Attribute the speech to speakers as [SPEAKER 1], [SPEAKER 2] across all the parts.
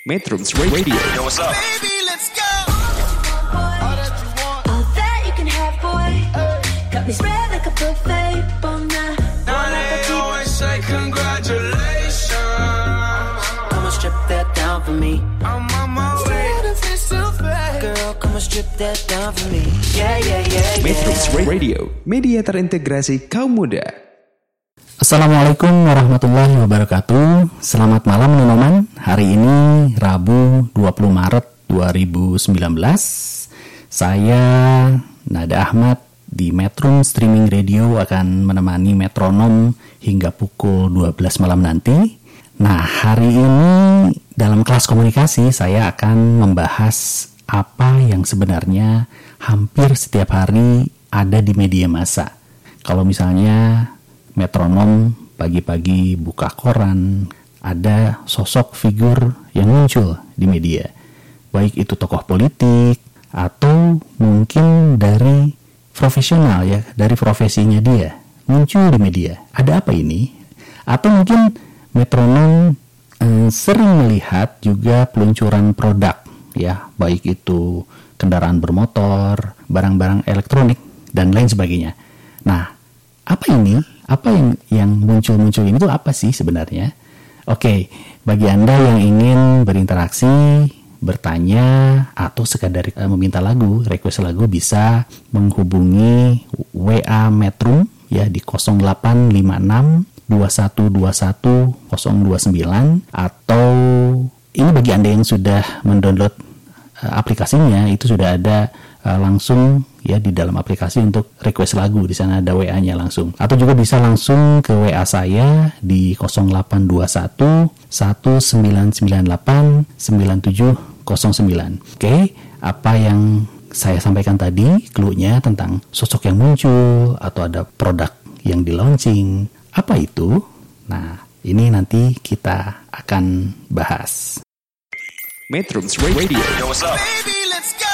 [SPEAKER 1] Metrums Radio.
[SPEAKER 2] Yo, what's up?
[SPEAKER 3] Baby, let's go. All that you want, all that you can have, boy. Got me spread like a buffet, bon night.
[SPEAKER 2] Now they always say congratulations.
[SPEAKER 3] Come and strip that down for me.
[SPEAKER 2] I'm on my way.
[SPEAKER 3] Girl, come and strip that down for me. Yeah, yeah, yeah, yeah.
[SPEAKER 1] Metrums Radio, media terintegrasi kaum muda.
[SPEAKER 4] Assalamualaikum warahmatullahi wabarakatuh. Selamat malam teman-teman. Hari ini Rabu 20 Maret 2019. Saya Nada Ahmad di Metrum Streaming Radio akan menemani metronom hingga pukul 12 malam nanti. Nah, hari ini dalam kelas komunikasi saya akan membahas apa yang sebenarnya hampir setiap hari ada di media massa. Kalau misalnya metronom pagi-pagi buka koran, ada sosok figur yang muncul di media. Baik itu tokoh politik atau mungkin dari profesional ya, dari profesinya dia muncul di media. Ada apa ini? Atau mungkin metronom sering melihat juga peluncuran produk ya, baik itu kendaraan bermotor, barang-barang elektronik dan lain sebagainya. Nah, apa ini? Apa yang muncul-muncul ini tuh apa sih sebenarnya? Oke, bagi Anda yang ingin berinteraksi, bertanya, atau sekadar meminta lagu, request lagu, bisa menghubungi WA Metrum ya di 0856 2121 029, atau ini bagi Anda yang sudah mendownload aplikasinya, itu sudah ada langsung ya di dalam aplikasi untuk request lagu, di sana ada WA-nya langsung. Atau juga bisa langsung ke WA saya di 0821 1998 9709. Oke, apa yang saya sampaikan tadi, clue-nya tentang sosok yang muncul atau ada produk yang di-launching. Apa itu? Nah, ini nanti kita akan bahas.
[SPEAKER 1] Metrums Radio.
[SPEAKER 2] Yo, what's up?
[SPEAKER 3] Baby, let's go.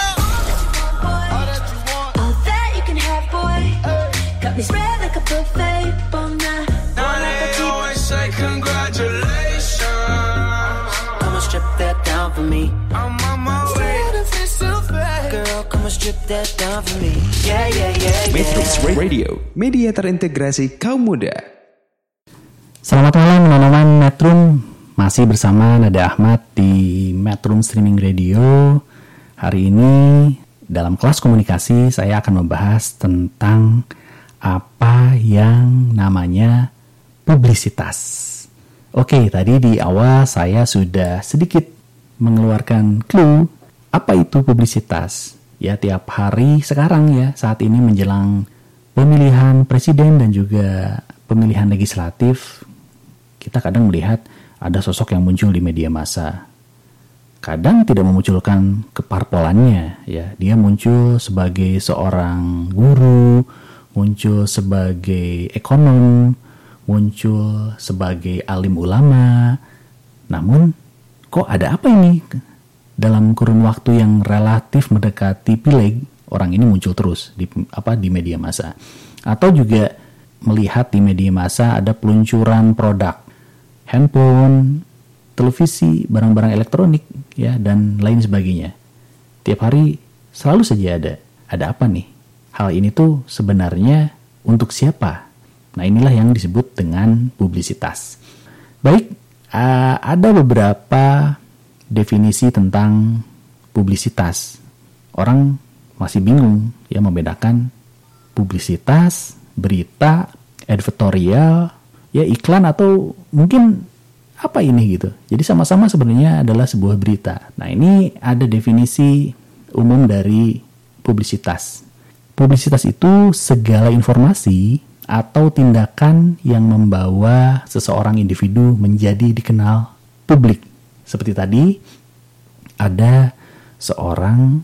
[SPEAKER 3] All that you want, all that you can have, boy. Got me spread like a buffet, bon night.
[SPEAKER 2] Now they always say congratulations.
[SPEAKER 3] Come and strip that down for me.
[SPEAKER 2] I'm on my way.
[SPEAKER 3] Girl, come and strip that down for me. Yeah, yeah, yeah, yeah.
[SPEAKER 1] Metrums Radio, media terintegrasi kaum muda.
[SPEAKER 4] Selamat malam teman-teman Metrum. Masih bersama Nada Ahmad di Metrum Streaming Radio. Hari ini dalam kelas komunikasi saya akan membahas tentang apa yang namanya publisitas. Oke, tadi di awal saya sudah sedikit mengeluarkan clue apa itu publisitas. Ya, tiap hari sekarang ya, saat ini menjelang pemilihan presiden dan juga pemilihan legislatif, kita kadang melihat ada sosok yang muncul di media massa. Kadang tidak memunculkan keparpolannya, ya. Dia muncul sebagai seorang guru, muncul sebagai ekonom, muncul sebagai alim ulama. Namun, kok ada apa ini? Dalam kurun waktu yang relatif mendekati pileg, orang ini muncul terus di media massa. Atau juga melihat di media massa ada peluncuran produk handphone, televisi, barang-barang elektronik, ya, dan lain sebagainya. Tiap hari selalu saja ada. Ada apa nih? Hal ini tuh sebenarnya untuk siapa? Nah, inilah yang disebut dengan publisitas. Baik, ada beberapa definisi tentang publisitas. Orang masih bingung ya membedakan publisitas, berita, editorial, ya iklan, atau mungkin apa ini gitu. Jadi sama-sama sebenarnya adalah sebuah berita. Nah, ini ada definisi umum dari publisitas. Publisitas itu segala informasi atau tindakan yang membawa seseorang individu menjadi dikenal publik. Seperti tadi ada seseorang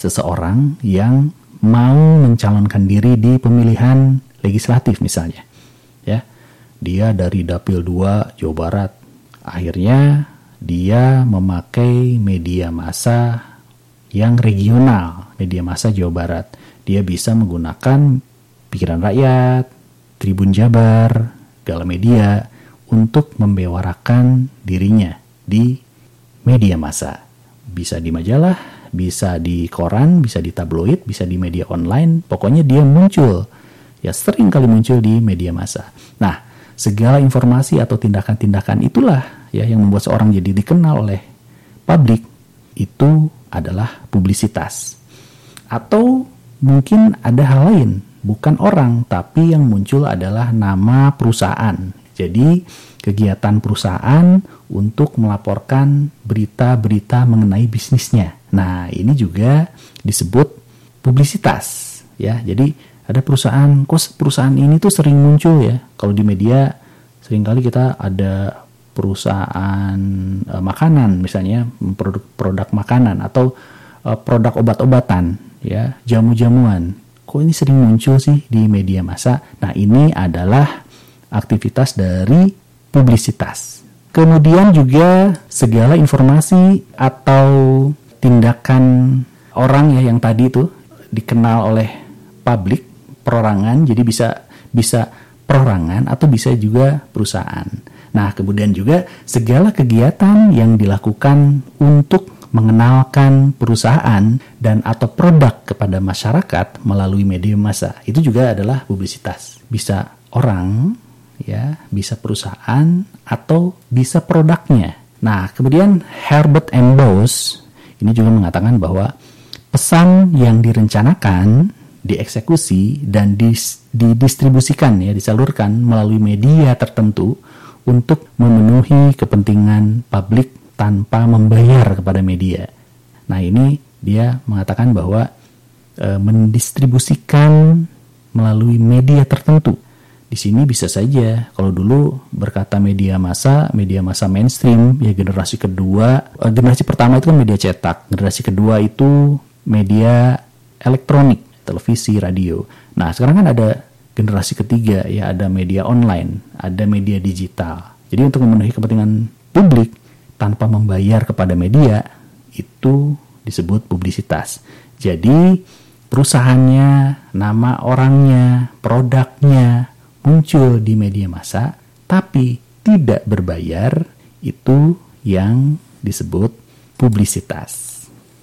[SPEAKER 4] yang mau mencalonkan diri di pemilihan legislatif misalnya. Ya. Dia dari Dapil 2 Jawa Barat. Akhirnya dia memakai media massa yang regional, media massa Jawa Barat. Dia bisa menggunakan Pikiran Rakyat, Tribun Jabar, Galamedia untuk membewarakan dirinya di media massa. Bisa di majalah, bisa di koran, bisa di tabloid, bisa di media online. Pokoknya dia muncul, ya sering kali muncul di media massa. Nah, segala informasi atau tindakan-tindakan itulah ya yang membuat seorang jadi dikenal oleh publik. Itu adalah publisitas. Atau mungkin ada hal lain, bukan orang, tapi yang muncul adalah nama perusahaan. Jadi kegiatan perusahaan untuk melaporkan berita-berita mengenai bisnisnya. Nah, ini juga disebut publisitas ya. Jadi ada perusahaan, kok perusahaan ini tuh sering muncul ya. Kalau di media seringkali kita ada perusahaan makanan misalnya, produk makanan atau produk obat-obatan ya, jamu-jamuan. Kok ini sering muncul sih di media massa? Nah, ini adalah aktivitas dari publisitas. Kemudian juga segala informasi atau tindakan orang ya yang tadi itu dikenal oleh publik, perorangan, jadi bisa perorangan atau bisa juga perusahaan. Nah, kemudian juga segala kegiatan yang dilakukan untuk mengenalkan perusahaan dan atau produk kepada masyarakat melalui media massa, itu juga adalah publisitas. Bisa orang ya, bisa perusahaan atau bisa produknya. Nah, kemudian Herbert M. Bose ini juga mengatakan bahwa pesan yang direncanakan, dieksekusi dan didistribusikan ya, disalurkan melalui media tertentu untuk memenuhi kepentingan publik tanpa membayar kepada media. Nah, ini dia mengatakan bahwa mendistribusikan melalui media tertentu. Di sini bisa saja, kalau dulu berkata media massa mainstream, ya generasi kedua, generasi pertama itu kan media cetak, generasi kedua itu media elektronik, televisi, radio. Nah, sekarang kan ada generasi ketiga, ya ada media online, ada media digital. Jadi untuk memenuhi kepentingan publik tanpa membayar kepada media, itu disebut publisitas. Jadi perusahaannya, nama orangnya, produknya muncul di media massa, tapi tidak berbayar, itu yang disebut publisitas.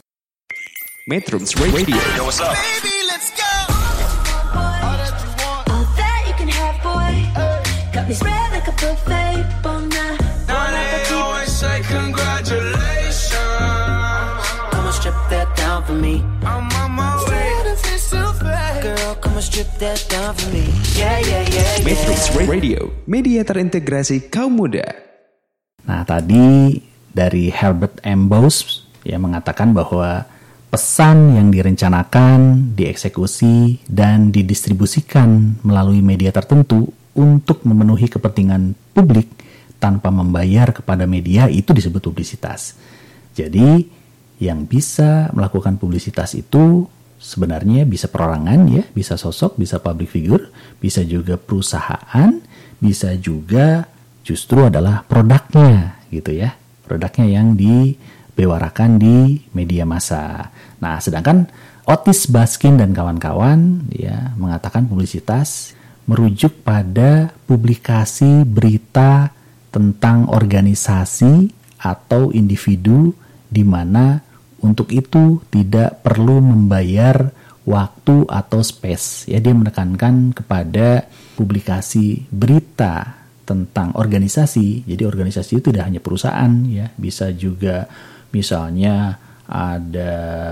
[SPEAKER 1] Metrums Radio.
[SPEAKER 2] Yo, what's up?
[SPEAKER 3] Baby, let's go. All that you want, all that you can have, boy. Got me spread like a buffet, bon night.
[SPEAKER 2] Now they always say congratulations.
[SPEAKER 5] Come and strip that down for me.
[SPEAKER 2] I'm on my way.
[SPEAKER 5] Girl, come and strip that down for me. Yeah, yeah, yeah, yeah.
[SPEAKER 1] Metrums Radio, media terintegrasi kaum muda.
[SPEAKER 4] Nah, tadi dari Herbert M. Bose yang mengatakan bahwa pesan yang direncanakan, dieksekusi, dan didistribusikan melalui media tertentu untuk memenuhi kepentingan publik tanpa membayar kepada media, itu disebut publisitas. Jadi, yang bisa melakukan publisitas itu sebenarnya bisa perorangan ya, bisa sosok, bisa public figure, bisa juga perusahaan, bisa juga justru adalah produknya gitu ya. Produknya yang dibewarakan di media massa. Nah, sedangkan Otis Baskin dan kawan-kawan ya mengatakan publisitas merujuk pada publikasi berita tentang organisasi atau individu di mana untuk itu tidak perlu membayar waktu atau space. Ya, dia menekankan kepada publikasi berita tentang organisasi. Jadi organisasi itu tidak hanya perusahaan ya, bisa juga misalnya ada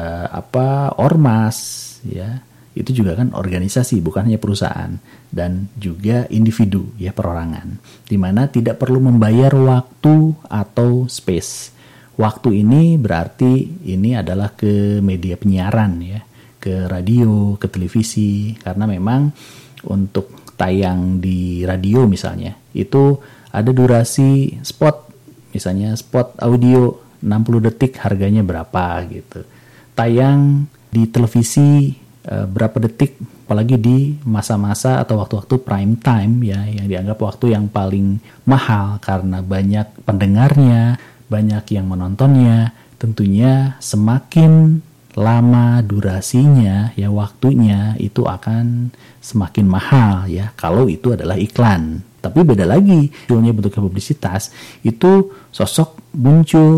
[SPEAKER 4] ormas ya. Itu juga kan organisasi, bukan hanya perusahaan, dan juga individu ya, perorangan. Di mana tidak perlu membayar waktu atau space. Waktu ini berarti ini adalah ke media penyiaran ya, ke radio, ke televisi, karena memang untuk tayang di radio misalnya, itu ada durasi spot, misalnya spot audio 60 detik harganya berapa gitu. Tayang di televisi berapa detik, apalagi di masa-masa atau waktu-waktu prime time ya, yang dianggap waktu yang paling mahal karena banyak pendengarnya, banyak yang menontonnya. Tentunya semakin lama durasinya ya, waktunya itu akan semakin mahal ya, kalau itu adalah iklan. Tapi beda lagi, munculnya bentuknya publisitas, itu sosok muncul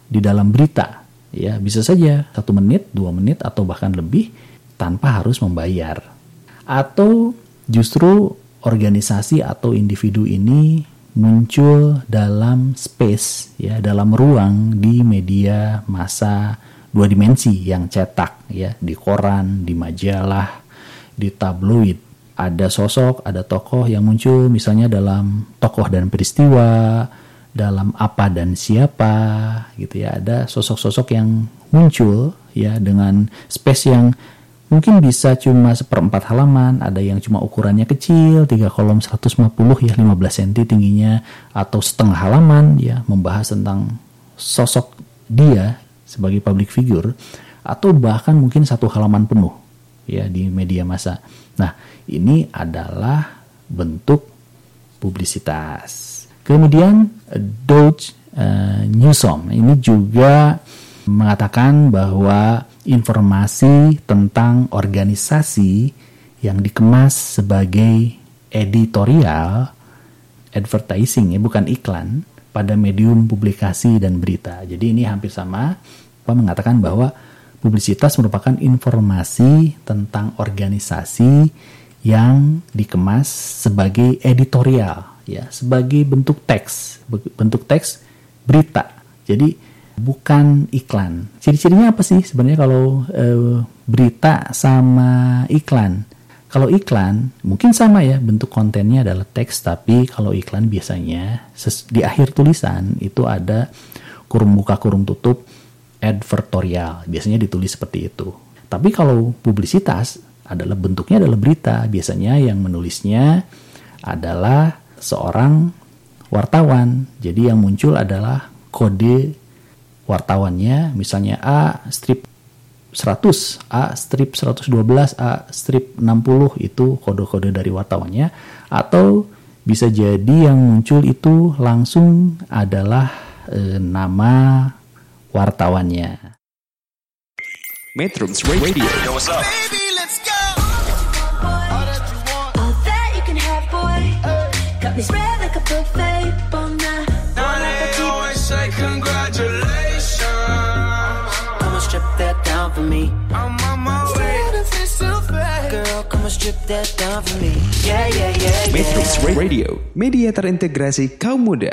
[SPEAKER 4] di dalam berita. Ya, bisa saja 1 menit, 2 menit, atau bahkan lebih tanpa harus membayar. Atau justru organisasi atau individu ini muncul dalam space, ya, dalam ruang di media massa 2 dimensi yang cetak, ya, di koran, di majalah, di tabloid. Ada sosok, ada tokoh yang muncul misalnya dalam Tokoh dan Peristiwa, dalam Apa dan Siapa, gitu ya. Ada sosok-sosok yang muncul, ya, dengan space yang mungkin bisa cuma 1/4 halaman, ada yang cuma ukurannya kecil, 3 kolom 150, ya, 15 cm tingginya, atau setengah halaman, ya, membahas tentang sosok dia sebagai public figure, atau bahkan mungkin 1 halaman penuh, ya, di media massa. Nah, ini adalah bentuk publisitas. Kemudian Doug Newsom ini juga mengatakan bahwa informasi tentang organisasi yang dikemas sebagai editorial, advertising, ya, bukan iklan, pada medium publikasi dan berita. Jadi ini hampir sama, mengatakan bahwa publisitas merupakan informasi tentang organisasi yang dikemas sebagai editorial, ya, sebagai bentuk teks berita. Jadi bukan iklan. Ciri-cirinya apa sih sebenarnya kalau berita sama iklan? Kalau iklan mungkin sama, ya, bentuk kontennya adalah teks, tapi kalau iklan biasanya di akhir tulisan itu ada kurung buka kurung tutup, advertorial, biasanya ditulis seperti itu. Tapi kalau publisitas adalah bentuknya adalah berita, biasanya yang menulisnya adalah seorang wartawan. Jadi yang muncul adalah kode wartawannya, misalnya A strip 100, A strip 112, A strip 60, itu kode-kode dari wartawannya. Atau bisa jadi yang muncul itu langsung adalah nama wartawannya.
[SPEAKER 1] Metrums Radio.
[SPEAKER 2] Yo, what's up? Baby, let's go.
[SPEAKER 3] All that you can have, boy. Got me spread like a buffet. Bon night.
[SPEAKER 2] Now they always say congratulations.
[SPEAKER 5] Come and strip that down for me.
[SPEAKER 2] I'm on my way.
[SPEAKER 5] Girl, come and strip that down for me. Yeah, yeah, yeah, yeah.
[SPEAKER 1] Metrums Radio, media terintegrasi kaum muda.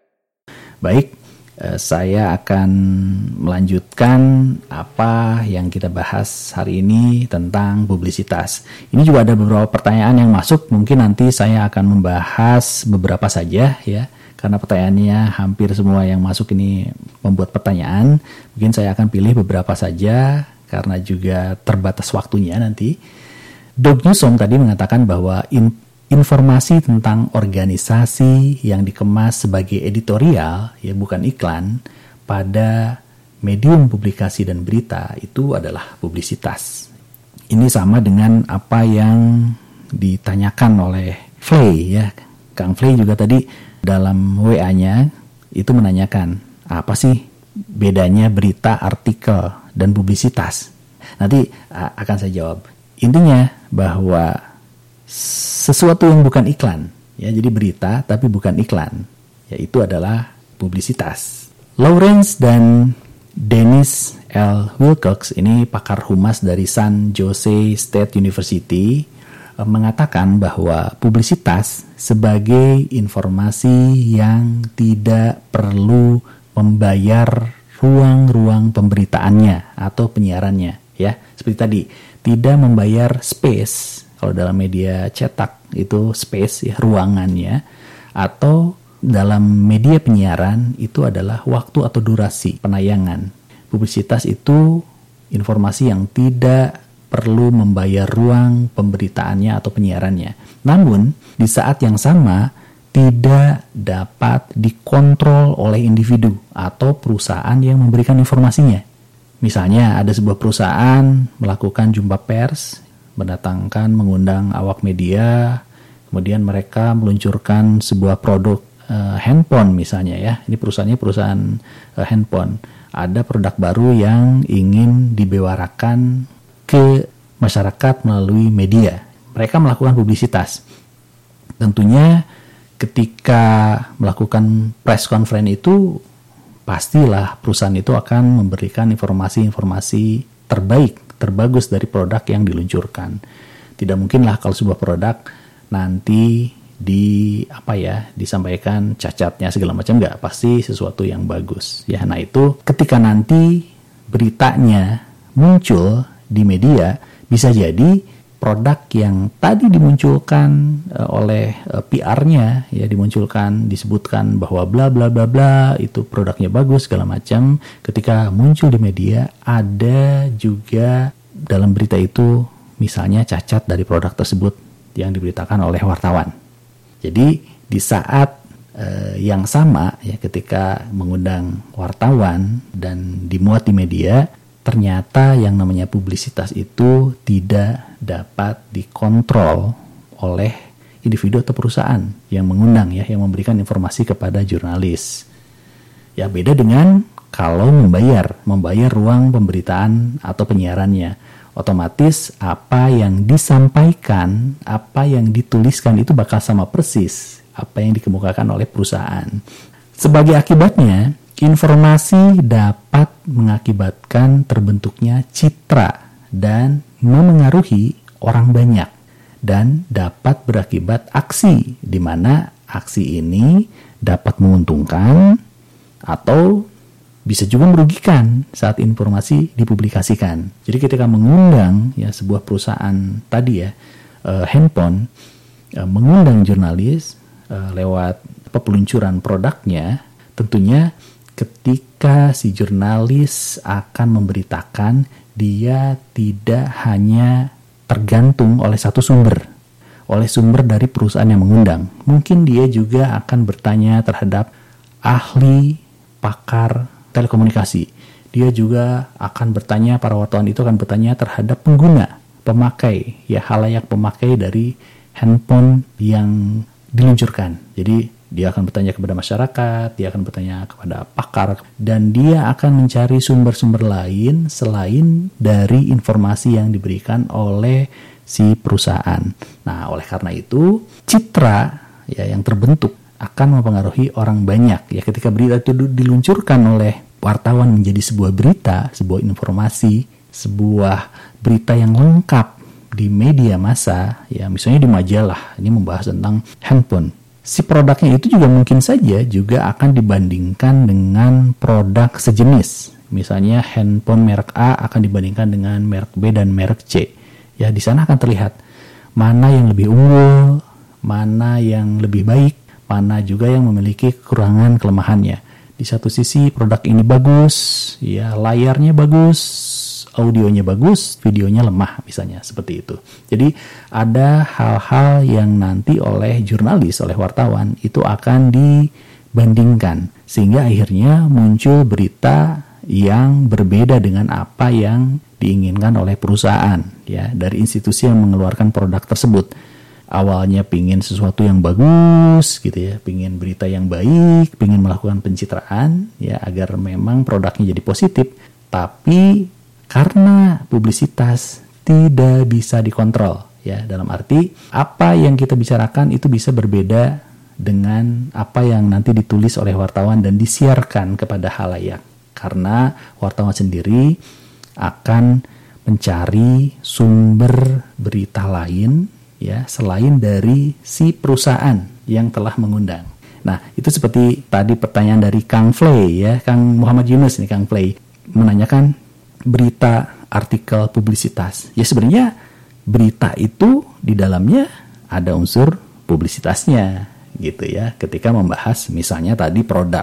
[SPEAKER 4] Baik, saya akan melanjutkan apa yang kita bahas hari ini tentang publisitas. Ini juga ada beberapa pertanyaan yang masuk, mungkin nanti saya akan membahas beberapa saja, ya, karena pertanyaannya hampir semua yang masuk ini membuat pertanyaan. Mungkin saya akan pilih beberapa saja karena juga terbatas waktunya nanti. Doug Newsom tadi mengatakan bahwa informasi tentang organisasi yang dikemas sebagai editorial, ya, bukan iklan, pada medium publikasi dan berita itu adalah publisitas. Ini sama dengan apa yang ditanyakan oleh Flay, ya. Kang Flay juga tadi dalam WA-nya itu menanyakan, apa sih bedanya berita, artikel, dan publisitas? Nanti akan saya jawab. Intinya bahwa sesuatu yang bukan iklan, ya, jadi berita tapi bukan iklan, yaitu adalah publisitas. Lawrence dan Dennis L. Wilcox, ini pakar humas dari San Jose State University, mengatakan bahwa publisitas sebagai informasi yang tidak perlu membayar ruang-ruang pemberitaannya atau penyiarannya, ya, seperti tadi, tidak membayar space. Kalau dalam media cetak itu space, ya, ruangannya, atau dalam media penyiaran itu adalah waktu atau durasi penayangan. Publisitas itu informasi yang tidak perlu membayar ruang pemberitaannya atau penyiarannya. Namun di saat yang sama tidak dapat dikontrol oleh individu atau perusahaan yang memberikan informasinya. Misalnya ada sebuah perusahaan melakukan jumpa pers, mengundang awak media, kemudian mereka meluncurkan sebuah produk handphone misalnya, ya. Ini perusahaan handphone. Ada produk baru yang ingin dibewarakan ke masyarakat melalui media. Mereka melakukan publisitas. Tentunya ketika melakukan press conference itu pastilah perusahaan itu akan memberikan informasi-informasi terbagus dari produk yang diluncurkan. Tidak mungkinlah kalau sebuah produk nanti disampaikan cacatnya segala macam, nggak, pasti sesuatu yang bagus ya. Nah itu ketika nanti beritanya muncul di media, bisa jadi produk yang tadi dimunculkan oleh PR-nya ya, disebutkan bahwa bla bla bla bla, itu produknya bagus segala macam, ketika muncul di media ada juga dalam berita itu misalnya cacat dari produk tersebut yang diberitakan oleh wartawan. Jadi di saat yang sama ya, ketika mengundang wartawan dan dimuat di media, ternyata yang namanya publisitas itu tidak dapat dikontrol oleh individu atau perusahaan yang mengundang ya, yang memberikan informasi kepada jurnalis. Ya beda dengan kalau membayar ruang pemberitaan atau penyiarannya. Otomatis apa yang disampaikan, apa yang dituliskan itu bakal sama persis apa yang dikemukakan oleh perusahaan. Sebagai akibatnya, informasi dapat mengakibatkan terbentuknya citra dan memengaruhi orang banyak, dan dapat berakibat aksi, di mana aksi ini dapat menguntungkan atau bisa juga merugikan saat informasi dipublikasikan. Jadi ketika mengundang ya sebuah perusahaan tadi ya, handphone, mengundang jurnalis lewat peluncuran produknya, tentunya ketika si jurnalis akan memberitakan, dia tidak hanya tergantung oleh satu sumber, oleh sumber dari perusahaan yang mengundang. Mungkin dia juga akan bertanya terhadap ahli pakar telekomunikasi. Dia juga akan bertanya, para wartawan itu akan bertanya terhadap pengguna, pemakai, ya halayak pemakai dari handphone yang diluncurkan. Jadi dia akan bertanya kepada masyarakat, dia akan bertanya kepada pakar, dan dia akan mencari sumber-sumber lain selain dari informasi yang diberikan oleh si perusahaan. Nah, oleh karena itu, citra ya yang terbentuk akan mempengaruhi orang banyak. Ya, ketika berita itu diluncurkan oleh wartawan menjadi sebuah berita, sebuah informasi, sebuah berita yang lengkap di media massa, ya misalnya di majalah, ini membahas tentang handphone. Si produknya itu juga mungkin saja juga akan dibandingkan dengan produk sejenis. Misalnya handphone merek A akan dibandingkan dengan merek B dan merek C. Ya, di sana akan terlihat mana yang lebih unggul, mana yang lebih baik, mana juga yang memiliki kekurangan kelemahannya. Di satu sisi produk ini bagus, ya layarnya bagus, audionya bagus, videonya lemah misalnya, seperti itu. Jadi ada hal-hal yang nanti oleh jurnalis, oleh wartawan itu akan dibandingkan, sehingga akhirnya muncul berita yang berbeda dengan apa yang diinginkan oleh perusahaan ya, dari institusi yang mengeluarkan produk tersebut. Awalnya pingin sesuatu yang bagus gitu ya, pingin berita yang baik, pingin melakukan pencitraan ya agar memang produknya jadi positif, tapi karena publisitas tidak bisa dikontrol ya, dalam arti apa yang kita bicarakan itu bisa berbeda dengan apa yang nanti ditulis oleh wartawan dan disiarkan kepada khalayak, karena wartawan sendiri akan mencari sumber berita lain ya selain dari si perusahaan yang telah mengundang. Nah, itu seperti tadi pertanyaan dari Kang Flay ya, Kang Muhammad Yunus nih, Kang Flay menanyakan berita artikel publisitas. Ya sebenarnya berita itu di dalamnya ada unsur publisitasnya gitu ya, ketika membahas misalnya tadi produk,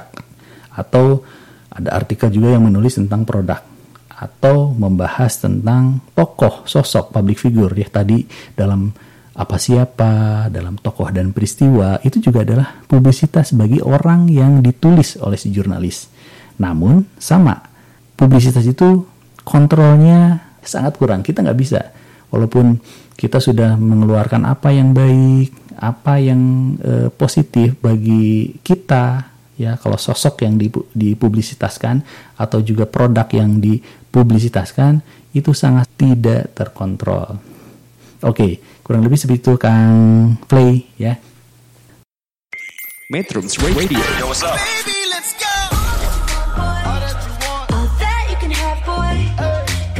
[SPEAKER 4] atau ada artikel juga yang menulis tentang produk, atau membahas tentang tokoh, sosok, public figure ya tadi dalam apa siapa, dalam tokoh dan peristiwa, itu juga adalah publisitas bagi orang yang ditulis oleh si jurnalis. Namun sama, publisitas itu kontrolnya sangat kurang, kita nggak bisa. Walaupun kita sudah mengeluarkan apa yang baik, apa yang positif bagi kita, ya kalau sosok yang dipublisitaskan atau juga produk yang dipublisitaskan itu sangat tidak terkontrol. Oke, kurang lebih seperti itu Kang Play ya.
[SPEAKER 1] Metrums Radio.
[SPEAKER 2] Yo, what's up? Baby, let's go.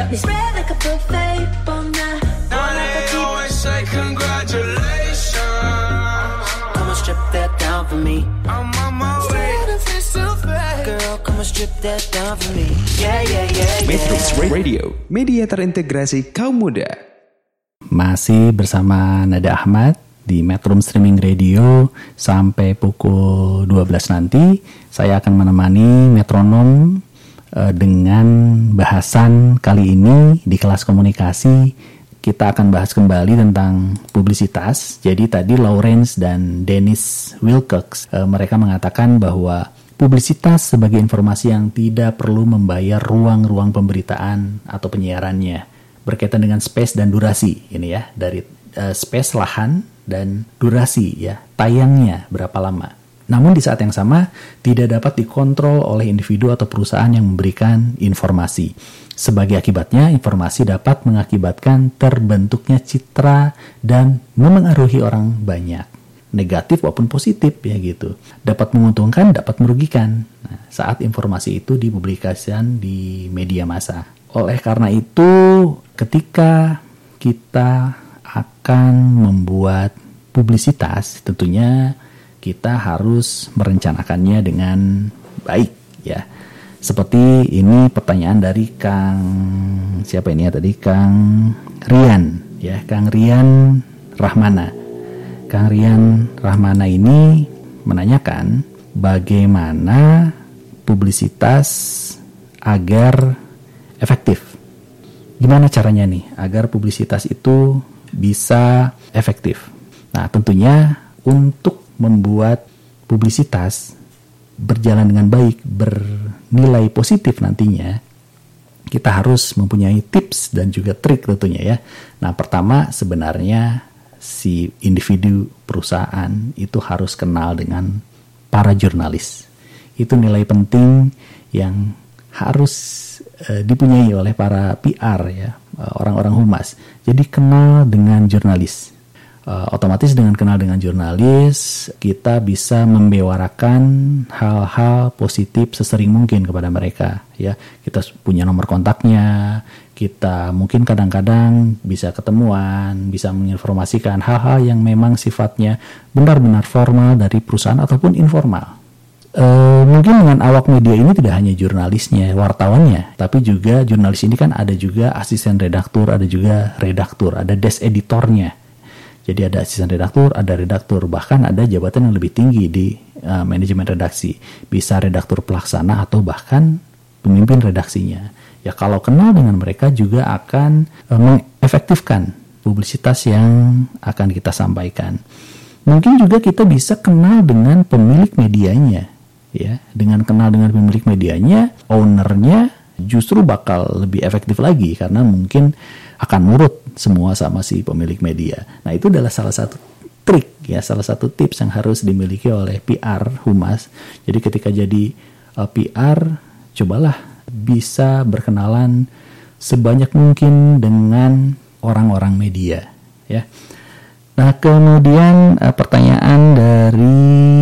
[SPEAKER 3] Got me spread like a buffet. Bon
[SPEAKER 2] Now they always say congratulations.
[SPEAKER 5] Come and strip that down for me.
[SPEAKER 2] I'm on my way.
[SPEAKER 5] Girl, come and strip that down for me. Yeah, yeah, yeah, yeah.
[SPEAKER 1] Metro Radio, media terintegrasi kaum muda.
[SPEAKER 4] Masih bersama Nada Ahmad di Metro Streaming Radio sampai pukul 12 nanti. Saya akan menemani metronom dengan bahasan kali ini di kelas komunikasi. Kita akan bahas kembali tentang publisitas. Jadi tadi Lawrence dan Dennis Wilcox mereka mengatakan bahwa publisitas sebagai informasi yang tidak perlu membayar ruang-ruang pemberitaan atau penyiarannya, berkaitan dengan space dan durasi ini ya, dari space lahan dan durasi ya, tayangnya berapa lama. Namun di saat yang sama tidak dapat dikontrol oleh individu atau perusahaan yang memberikan informasi. Sebagai akibatnya, informasi dapat mengakibatkan terbentuknya citra dan memengaruhi orang banyak. Negatif maupun positif ya gitu. Dapat menguntungkan, dapat merugikan. Nah, saat informasi itu dipublikasikan di media massa. Oleh karena itu, ketika kita akan membuat publisitas, tentunya kita harus merencanakannya dengan baik ya. Seperti ini pertanyaan dari Kang siapa ini ya tadi, Kang Rian ya, Kang Rian Rahmana. Kang Rian Rahmana ini menanyakan bagaimana publisitas agar efektif. Gimana caranya nih agar publisitas itu bisa efektif? Nah, tentunya untuk membuat publisitas berjalan dengan baik, bernilai positif nantinya, kita harus mempunyai tips dan juga trik tentunya ya. Nah, pertama sebenarnya si individu perusahaan itu harus kenal dengan para jurnalis. Itu nilai penting yang harus dipunyai oleh para PR ya, orang-orang humas. Jadi kenal dengan jurnalis. Otomatis dengan kenal dengan jurnalis, kita bisa membewarakan hal-hal positif sesering mungkin kepada mereka ya. Kita punya nomor kontaknya, kita mungkin kadang-kadang bisa ketemuan, bisa menginformasikan hal-hal yang memang sifatnya benar-benar formal dari perusahaan ataupun informal. Mungkin dengan awak media ini tidak hanya jurnalisnya, wartawannya, tapi juga jurnalis ini kan ada juga asisten redaktur, ada juga redaktur, ada desk editornya. Jadi ada asisten redaktur, ada redaktur, bahkan ada jabatan yang lebih tinggi di manajemen redaksi. Bisa redaktur pelaksana atau bahkan pemimpin redaksinya. Ya kalau kenal dengan mereka juga akan mengefektifkan publisitas yang akan kita sampaikan. Mungkin juga kita bisa kenal dengan pemilik medianya. Ya, dengan kenal dengan pemilik medianya, ownernya justru bakal lebih efektif lagi karena mungkin akan nurut semua sama si pemilik media. Nah, itu adalah salah satu trik ya, salah satu tips yang harus dimiliki oleh PR humas. Jadi ketika jadi PR, cobalah bisa berkenalan sebanyak mungkin dengan orang-orang media ya. Nah, kemudian pertanyaan dari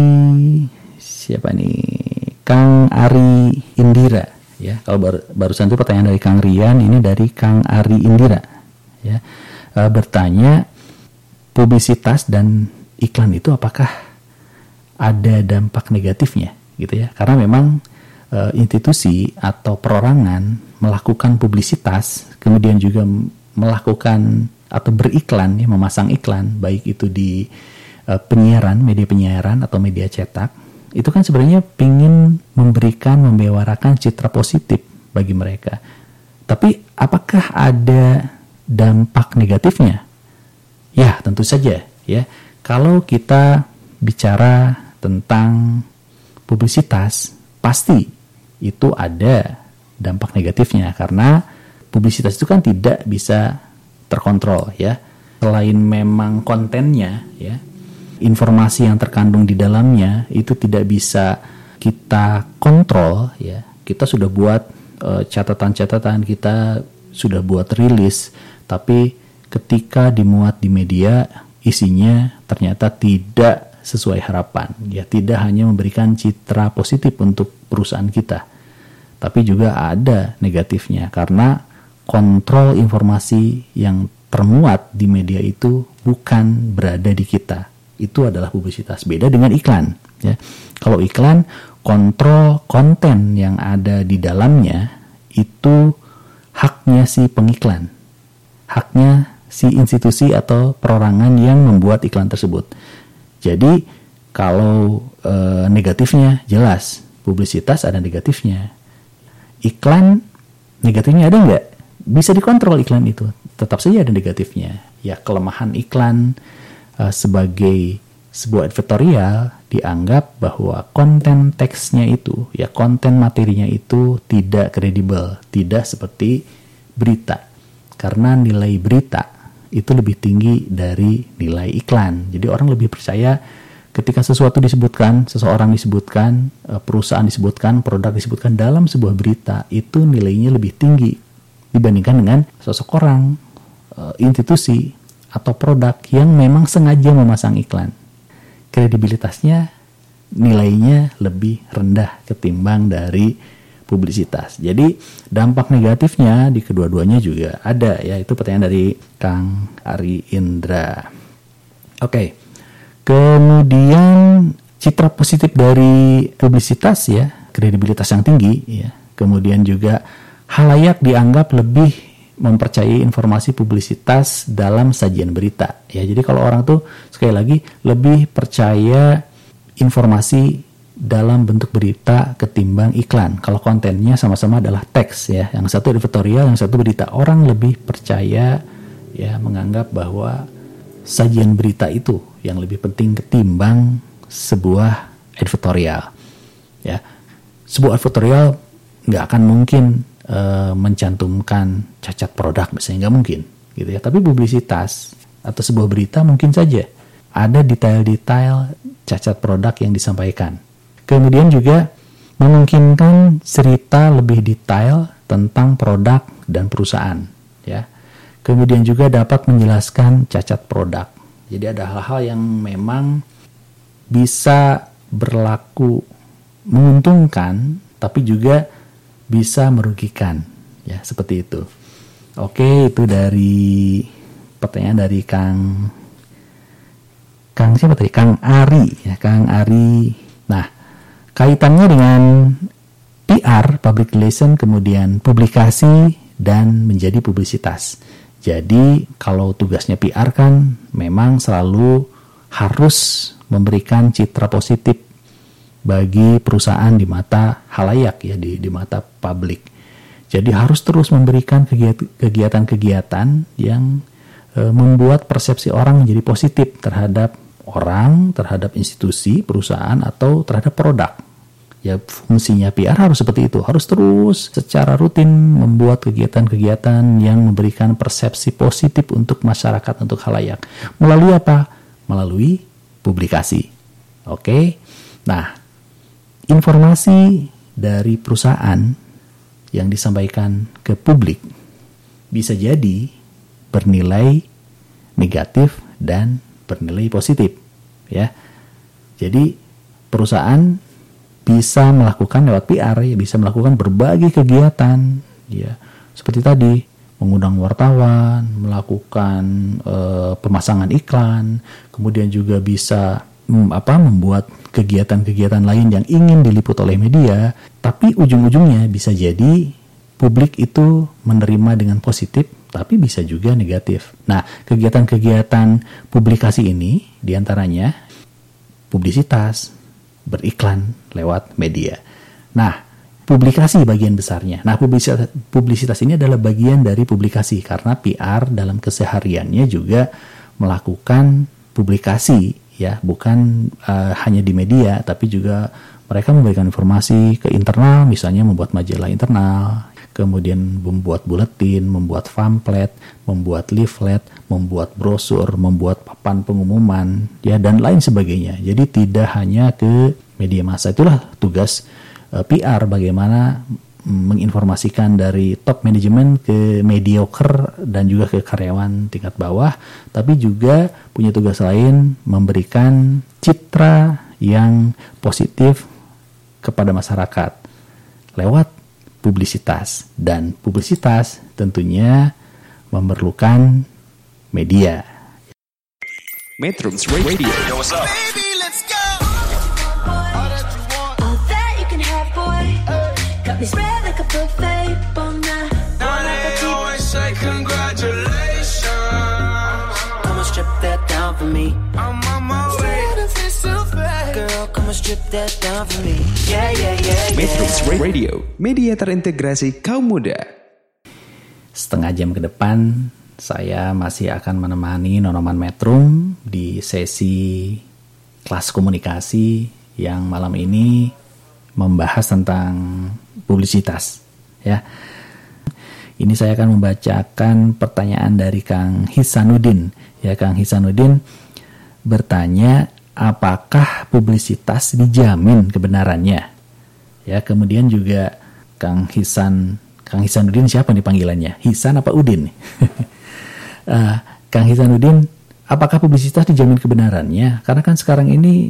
[SPEAKER 4] siapa nih? Kang Ari Indira. Ya, kalau barusan itu pertanyaan dari Kang Rian, ini dari Kang Ari Indira. Ya, bertanya publisitas dan iklan itu apakah ada dampak negatifnya, gitu ya? Karena memang institusi atau perorangan melakukan publisitas, kemudian juga melakukan atau beriklan, ya, memasang iklan, baik itu di penyiaran, media penyiaran atau media cetak. Itu kan sebenarnya ingin memberikan, membewarakan citra positif bagi mereka. Tapi apakah ada dampak negatifnya? Ya, tentu saja ya. Kalau kita bicara tentang publisitas, pasti itu ada dampak negatifnya karena publisitas itu kan tidak bisa terkontrol ya. Selain memang kontennya ya, informasi yang terkandung di dalamnya itu tidak bisa kita kontrol ya. Kita sudah buat catatan-catatan, kita sudah buat rilis, tapi ketika dimuat di media isinya ternyata tidak sesuai harapan ya, tidak hanya memberikan citra positif untuk perusahaan kita, tapi juga ada negatifnya karena kontrol informasi yang termuat di media itu bukan berada di kita. Itu adalah publisitas. Beda dengan iklan. Ya. Kalau iklan, kontrol konten yang ada di dalamnya itu haknya si pengiklan. Haknya si institusi atau perorangan yang membuat iklan tersebut. Jadi kalau negatifnya jelas, publisitas ada negatifnya. Iklan negatifnya ada nggak? Bisa dikontrol iklan itu. Tetap saja ada negatifnya. Ya, kelemahan iklan sebagai sebuah editorial dianggap bahwa konten teksnya itu, ya konten materinya itu tidak kredibel, tidak seperti berita. Karena nilai berita itu lebih tinggi dari nilai iklan. Jadi orang lebih percaya ketika sesuatu disebutkan, seseorang disebutkan, perusahaan disebutkan, produk disebutkan dalam sebuah berita, itu nilainya lebih tinggi dibandingkan dengan seseorang, institusi, atau produk yang memang sengaja memasang iklan. Kredibilitasnya, nilainya lebih rendah ketimbang dari publisitas. Jadi dampak negatifnya di kedua-duanya juga ada, ya. Itu pertanyaan dari Kang Ari Indra. Oke. Kemudian citra positif dari publisitas, ya, kredibilitas yang tinggi, ya. Kemudian juga halayak dianggap lebih mempercayai informasi publisitas dalam sajian berita, ya. Jadi kalau orang tuh sekali lagi lebih percaya informasi dalam bentuk berita ketimbang iklan. Kalau kontennya sama-sama adalah teks, ya. Yang satu editorial, yang satu berita. Orang lebih percaya, ya, menganggap bahwa sajian berita itu yang lebih penting ketimbang sebuah editorial, ya. Sebuah editorial nggak akan mungkin mencantumkan cacat produk, misalnya, nggak mungkin, gitu ya. Tapi publisitas atau sebuah berita mungkin saja ada detail-detail cacat produk yang disampaikan. Kemudian juga memungkinkan cerita lebih detail tentang produk dan perusahaan, ya. Kemudian juga dapat menjelaskan cacat produk. Jadi ada hal-hal yang memang bisa berlaku menguntungkan, tapi juga bisa merugikan, ya, seperti itu. Oke, itu dari pertanyaan dari Kang siapa tadi? Kang Ari, ya, Kang Ari. Nah, kaitannya dengan PR, public relation, kemudian publikasi dan menjadi publisitas. Jadi kalau tugasnya PR kan memang selalu harus memberikan citra positif bagi perusahaan di mata halayak, ya, di mata publik. Jadi harus terus memberikan kegiatan-kegiatan yang membuat persepsi orang menjadi positif terhadap orang, terhadap institusi, perusahaan, atau terhadap produk. Ya, fungsinya PR harus seperti itu. Harus terus secara rutin membuat kegiatan-kegiatan yang memberikan persepsi positif untuk masyarakat, untuk halayak. Melalui apa? Melalui publikasi. Oke. Nah, informasi dari perusahaan yang disampaikan ke publik bisa jadi bernilai negatif dan bernilai positif, ya. Jadi perusahaan bisa melakukan lewat PR, ya, bisa melakukan berbagai kegiatan, ya, seperti tadi mengundang wartawan, melakukan pemasangan iklan, kemudian juga bisa membuat kegiatan-kegiatan lain yang ingin diliput oleh media, tapi ujung-ujungnya bisa jadi publik itu menerima dengan positif, tapi bisa juga negatif. Nah, kegiatan-kegiatan publikasi ini diantaranya publisitas, beriklan lewat media. Nah, publikasi bagian besarnya. Nah, publisitas ini adalah bagian dari publikasi karena PR dalam kesehariannya juga melakukan publikasi, ya, bukan hanya di media, tapi juga mereka memberikan informasi ke internal, misalnya membuat majalah internal, kemudian membuat buletin, membuat pamflet, membuat leaflet, membuat brosur, membuat papan pengumuman, ya, dan lain sebagainya. Jadi tidak hanya ke media massa. Itulah tugas PR, bagaimana menginformasikan dari top manajemen ke mediocre dan juga ke karyawan tingkat bawah, tapi juga punya tugas lain memberikan citra yang positif kepada masyarakat lewat publisitas. Dan publisitas tentunya memerlukan media.
[SPEAKER 1] Metrums Radio.
[SPEAKER 2] Yo, what's up?
[SPEAKER 3] Baby, let's go. All that you can have, boy. Got me spread like a buffet. Bon
[SPEAKER 2] Now they always say congratulations.
[SPEAKER 5] Come and strip that down for me.
[SPEAKER 2] I'm on my way.
[SPEAKER 5] Girl, come and strip that down for me. Yeah, yeah, yeah,
[SPEAKER 1] Metrums
[SPEAKER 5] yeah.
[SPEAKER 1] Radio, media terintegrasi kaum muda.
[SPEAKER 4] Setengah jam ke depan, saya masih akan menemani Nonoman Metrum di sesi kelas komunikasi yang malam ini membahas tentang publisitas. Ya, ini saya akan membacakan pertanyaan dari Kang Hisanuddin. Ya, Kang Hisanuddin bertanya, apakah publisitas dijamin kebenarannya? Ya, kemudian juga Kang Hisanuddin siapa nih panggilannya? Hisan apa Udin? Kang Hisanuddin, apakah publisitas dijamin kebenarannya? Karena kan sekarang ini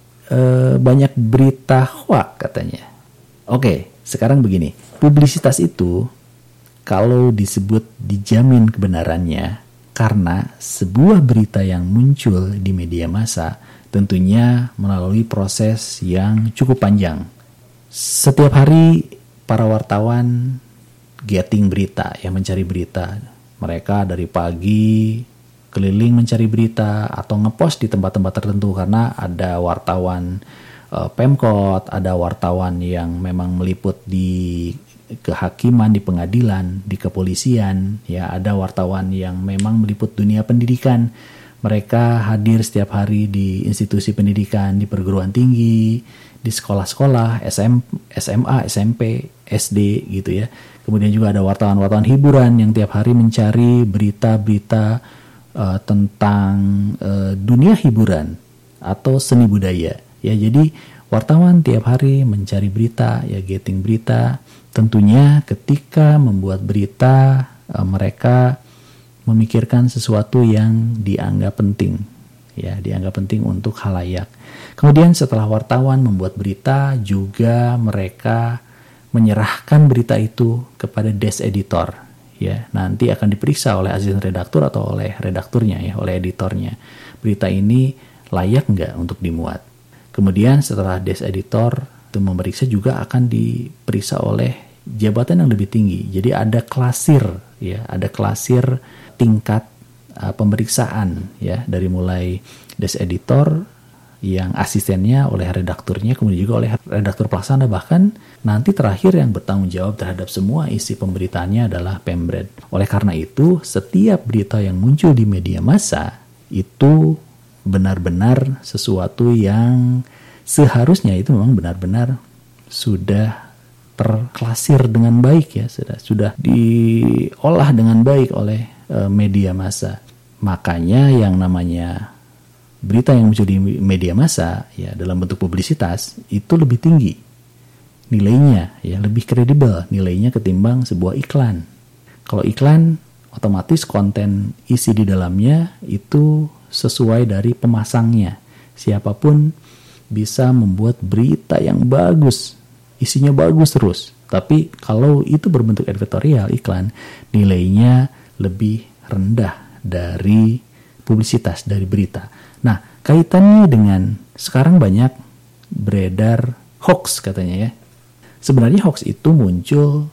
[SPEAKER 4] banyak berita hoax katanya. Oke, sekarang begini. Publisitas itu kalau disebut dijamin kebenarannya karena sebuah berita yang muncul di media massa tentunya melalui proses yang cukup panjang. Setiap hari para wartawan getting berita, ya mencari berita. Mereka dari pagi keliling mencari berita atau ngepost di tempat-tempat tertentu karena ada wartawan Pemkot, ada wartawan yang memang meliput di kehakiman, di pengadilan, di kepolisian, ya ada wartawan yang memang meliput dunia pendidikan. Mereka hadir setiap hari di institusi pendidikan, di perguruan tinggi, di sekolah-sekolah, SMA, SMP, SD gitu ya. Kemudian juga ada wartawan-wartawan hiburan yang tiap hari mencari berita-berita tentang dunia hiburan atau seni budaya. Ya, jadi wartawan tiap hari mencari berita, ya getting berita. Tentunya ketika membuat berita mereka memikirkan sesuatu yang dianggap penting, ya dianggap penting untuk khalayak. Kemudian setelah wartawan membuat berita, juga mereka menyerahkan berita itu kepada desk editor, ya nanti akan diperiksa oleh asisten redaktur atau oleh redakturnya, ya oleh editornya. Berita ini layak nggak untuk dimuat. Kemudian setelah desk editor itu memeriksa, juga akan diperiksa oleh jabatan yang lebih tinggi. Jadi ada klasir, ya ada klasir tingkat pemeriksaan, ya dari mulai desk editor yang asistennya oleh redakturnya, kemudian juga oleh redaktur pelaksana, bahkan nanti terakhir yang bertanggung jawab terhadap semua isi pemberitaannya adalah Pemred. Oleh karena itu, setiap berita yang muncul di media massa itu benar-benar sesuatu yang seharusnya itu memang benar-benar sudah terklasir dengan baik, ya sudah diolah dengan baik oleh media massa. Makanya yang namanya berita yang muncul di media massa, ya dalam bentuk publisitas itu lebih tinggi nilainya, ya lebih kredibel nilainya ketimbang sebuah iklan. Kalau iklan otomatis konten isi di dalamnya itu sesuai dari pemasangnya. Siapapun bisa membuat berita yang bagus, isinya bagus terus. Tapi kalau itu berbentuk editorial, iklan, nilainya lebih rendah dari publisitas, dari berita. Nah, kaitannya dengan sekarang banyak beredar hoax katanya, ya. Sebenarnya hoax itu muncul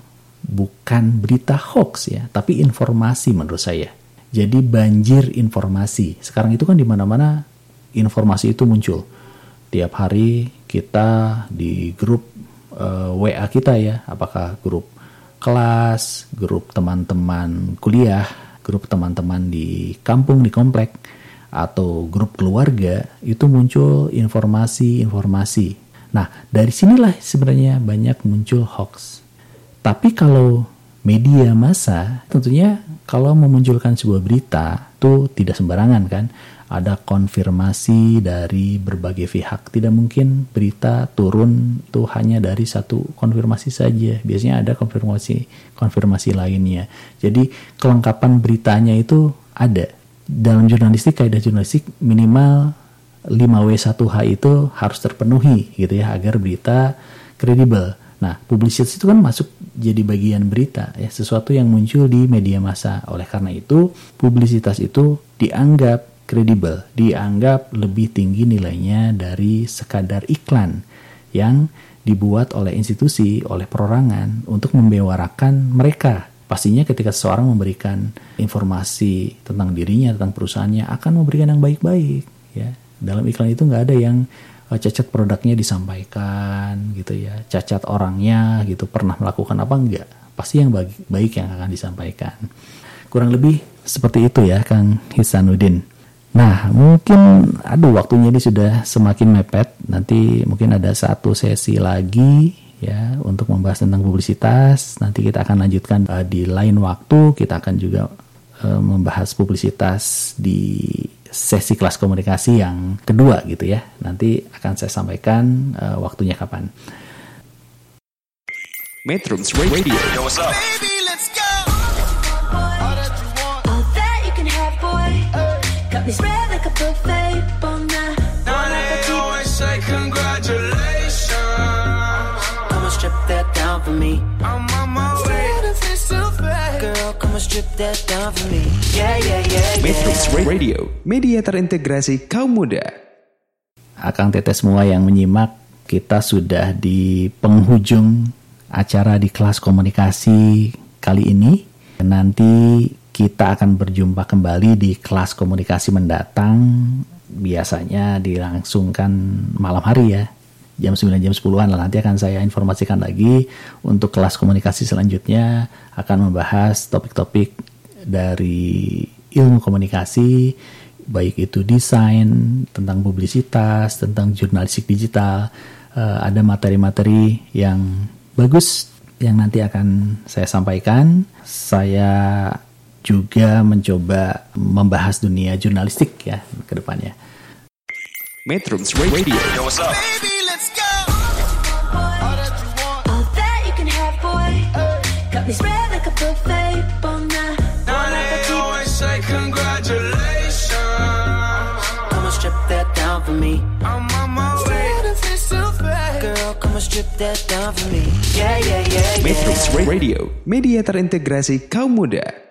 [SPEAKER 4] bukan berita hoax, ya, tapi informasi menurut saya. Jadi banjir informasi. Sekarang itu kan di mana-mana informasi itu muncul. Tiap hari kita di grup WA kita, ya, apakah grup kelas, grup teman-teman kuliah, grup teman-teman di kampung, di komplek, atau grup keluarga, itu muncul informasi-informasi. Nah, dari sinilah sebenarnya banyak muncul hoax. Tapi kalau media massa, tentunya kalau memunculkan sebuah berita itu tidak sembarangan kan. Ada konfirmasi dari berbagai pihak. Tidak mungkin berita turun itu hanya dari satu konfirmasi saja. Biasanya ada konfirmasi lainnya. Jadi kelengkapan beritanya itu ada. Dalam jurnalistik, kaidah jurnalistik minimal 5W1H itu harus terpenuhi gitu ya, agar berita kredibel. Nah, publisitas itu kan masuk jadi bagian berita, ya, sesuatu yang muncul di media massa. Oleh karena itu, publisitas itu dianggap kredibel, dianggap lebih tinggi nilainya dari sekadar iklan yang dibuat oleh institusi, oleh perorangan untuk membewarakan mereka. Pastinya ketika seseorang memberikan informasi tentang dirinya, tentang perusahaannya, akan memberikan yang baik-baik. Ya. Dalam iklan itu nggak ada yang cacat produknya disampaikan, gitu ya, cacat orangnya, gitu, pernah melakukan apa enggak. Pasti yang baik yang akan disampaikan. Kurang lebih seperti itu ya, Kang Hisanuddin. Nah, mungkin waktunya ini sudah semakin mepet. Nanti mungkin ada satu sesi lagi ya untuk membahas tentang publisitas. Nanti kita akan lanjutkan di lain waktu. Kita akan juga membahas publisitas di sesi kelas komunikasi yang kedua gitu ya. Nanti akan saya sampaikan waktunya kapan.
[SPEAKER 1] Metrums Radio.
[SPEAKER 2] Yo, what's up?
[SPEAKER 3] Baby, let's go. All that you want, all that you can have, boy. Got me spread like a buffet, bon nah.
[SPEAKER 2] Now they always say congratulations.
[SPEAKER 5] Come and strip that down for me.
[SPEAKER 2] I'm on my way.
[SPEAKER 5] Girl, come and strip that down for me. Yeah, yeah, yeah,
[SPEAKER 1] Metrums
[SPEAKER 5] yeah.
[SPEAKER 1] Radio, media terintegrasi kaum muda.
[SPEAKER 4] Akang Teteh semua yang menyimak, kita sudah di penghujung acara di kelas komunikasi kali ini. Nanti kita akan berjumpa kembali di kelas komunikasi mendatang. Biasanya dilangsungkan malam hari ya, jam 9, jam 10-an lah. Nanti akan saya informasikan lagi. Untuk kelas komunikasi selanjutnya akan membahas topik-topik dari ilmu komunikasi, baik itu desain, tentang publisitas, tentang jurnalistik digital. Ada materi-materi yang bagus yang nanti akan saya sampaikan. Saya juga mencoba membahas dunia jurnalistik ya ke depannya.
[SPEAKER 1] Metrums Radio.
[SPEAKER 2] Yo, what's up?
[SPEAKER 3] Baby, let's go. All that you want, all that you can have, boy. Got me spread like a buffet, bon nah.
[SPEAKER 2] Now they always say congratulations.
[SPEAKER 5] Come and strip that down for me.
[SPEAKER 2] I'm on my way.
[SPEAKER 5] Girl, come and strip that down for me. Yeah, yeah, yeah, yeah.
[SPEAKER 1] Metrums Radio, media terintegrasi kaum muda.